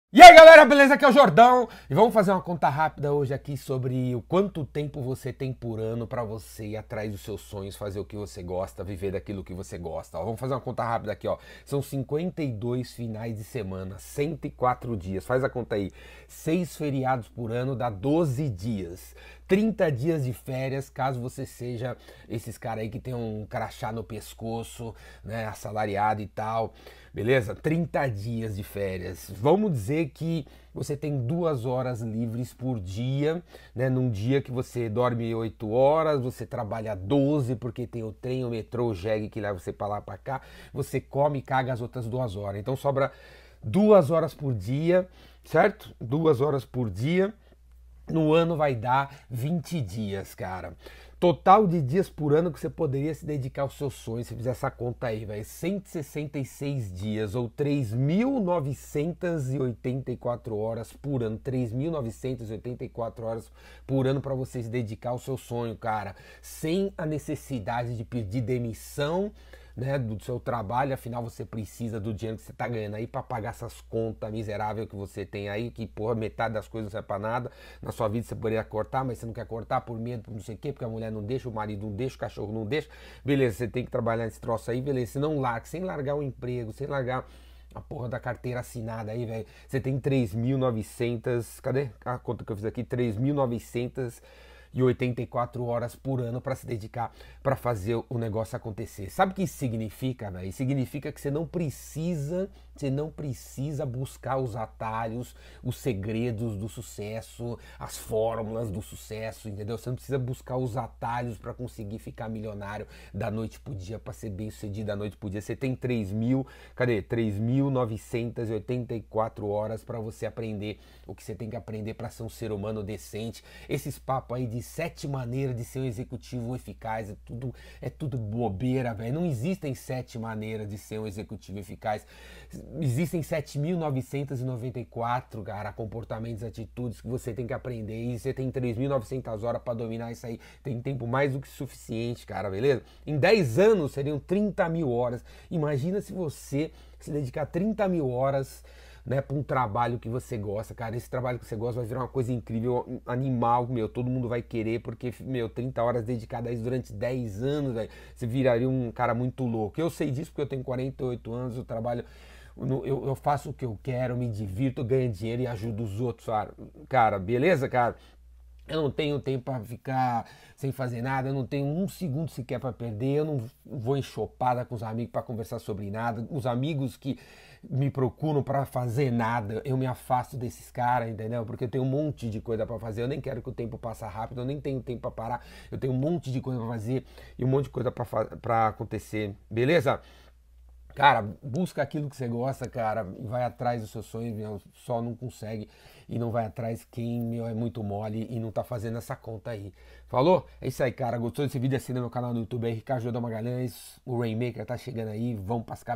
E aí galera, beleza? Aqui é o Jordão e vamos fazer uma conta rápida hoje aqui sobre o quanto tempo você tem por ano pra você ir atrás dos seus sonhos, fazer o que você gosta, viver daquilo que você gosta. Ó, vamos fazer uma conta rápida aqui, ó. São 52 finais de semana, 104 dias. Faz a conta aí. 6 feriados por ano dá 12 dias. 30 dias de férias, caso você seja esses caras aí que tem um crachá no pescoço, né, assalariado e tal, beleza? 30 dias de férias. Vamos dizer que você tem 2 horas livres por dia, né? Num dia que você dorme 8 horas, você trabalha 12 porque tem o trem, o metrô, o jegue que leva você para lá para cá, você come e caga as outras 2 horas. Então sobra 2 horas por dia, certo? 2 horas por dia. No ano vai dar 20 dias, cara. Total de dias por ano que você poderia se dedicar aos seus sonhos, se fizer essa conta aí, velho. 166 dias ou 3.984 horas por ano. 3.984 horas por ano para você se dedicar ao seu sonho, cara. Sem a necessidade de pedir demissão, né, do seu trabalho, afinal você precisa do dinheiro que você tá ganhando aí para pagar essas contas miseráveis que você tem aí, que porra, metade das coisas não serve pra nada. Na sua vida você poderia cortar, mas você não quer cortar por medo, por não sei o quê, porque a mulher não deixa, o marido não deixa, o cachorro não deixa. Beleza, você tem que trabalhar nesse troço aí, beleza. Se não larga, sem largar o emprego, sem largar a porra da carteira assinada aí, velho. Você tem 3.900, cadê a conta que eu fiz aqui? 3.984 horas por ano para se dedicar para fazer o negócio acontecer. Sabe o que isso significa, velho? Significa que você não precisa buscar os atalhos, os segredos do sucesso, as fórmulas do sucesso, entendeu? Você não precisa buscar os atalhos para conseguir ficar milionário da noite pro dia, para ser bem sucedido da noite pro dia. Você tem 3.984 horas para você aprender o que você tem que aprender para ser um ser humano decente. Esses papos aí de 7 maneiras de ser um executivo eficaz, é tudo bobeira, velho. Não existem 7 maneiras de ser um executivo eficaz. Existem 7.994, cara, comportamentos, atitudes que você tem que aprender. E você tem 3.900 horas para dominar isso aí. Tem tempo mais do que suficiente, cara, beleza? Em 10 anos seriam 30 mil horas. Imagina se você se dedicar 30 mil horas, né, para um trabalho que você gosta, cara. Esse trabalho que você gosta vai virar uma coisa incrível, animal, meu. Todo mundo vai querer, porque, meu, 30 horas dedicadas a isso durante 10 anos, velho. Você viraria um cara muito louco. Eu sei disso porque eu tenho 48 anos, eu trabalho. Eu faço o que eu quero, me divirto, ganho dinheiro e ajudo os outros, cara. Beleza, cara? Eu não tenho tempo para ficar sem fazer nada, eu não tenho um segundo sequer para perder, eu não vou enxopada com os amigos para conversar sobre nada. Os amigos que me procuram para fazer nada, eu me afasto desses caras, entendeu? Porque eu tenho um monte de coisa para fazer, eu nem quero que o tempo passe rápido, eu nem tenho tempo para parar, eu tenho um monte de coisa para fazer e um monte de coisa para acontecer, beleza? Cara, busca aquilo que você gosta, cara, e vai atrás dos seus sonhos, meu, só não consegue e não vai atrás quem, meu, é muito mole e não tá fazendo essa conta aí. Falou? É isso aí, cara. Gostou desse vídeo? Assina meu canal no YouTube aí, Ricardo Jordão Magalhães, o Rainmaker tá chegando aí, vamos pras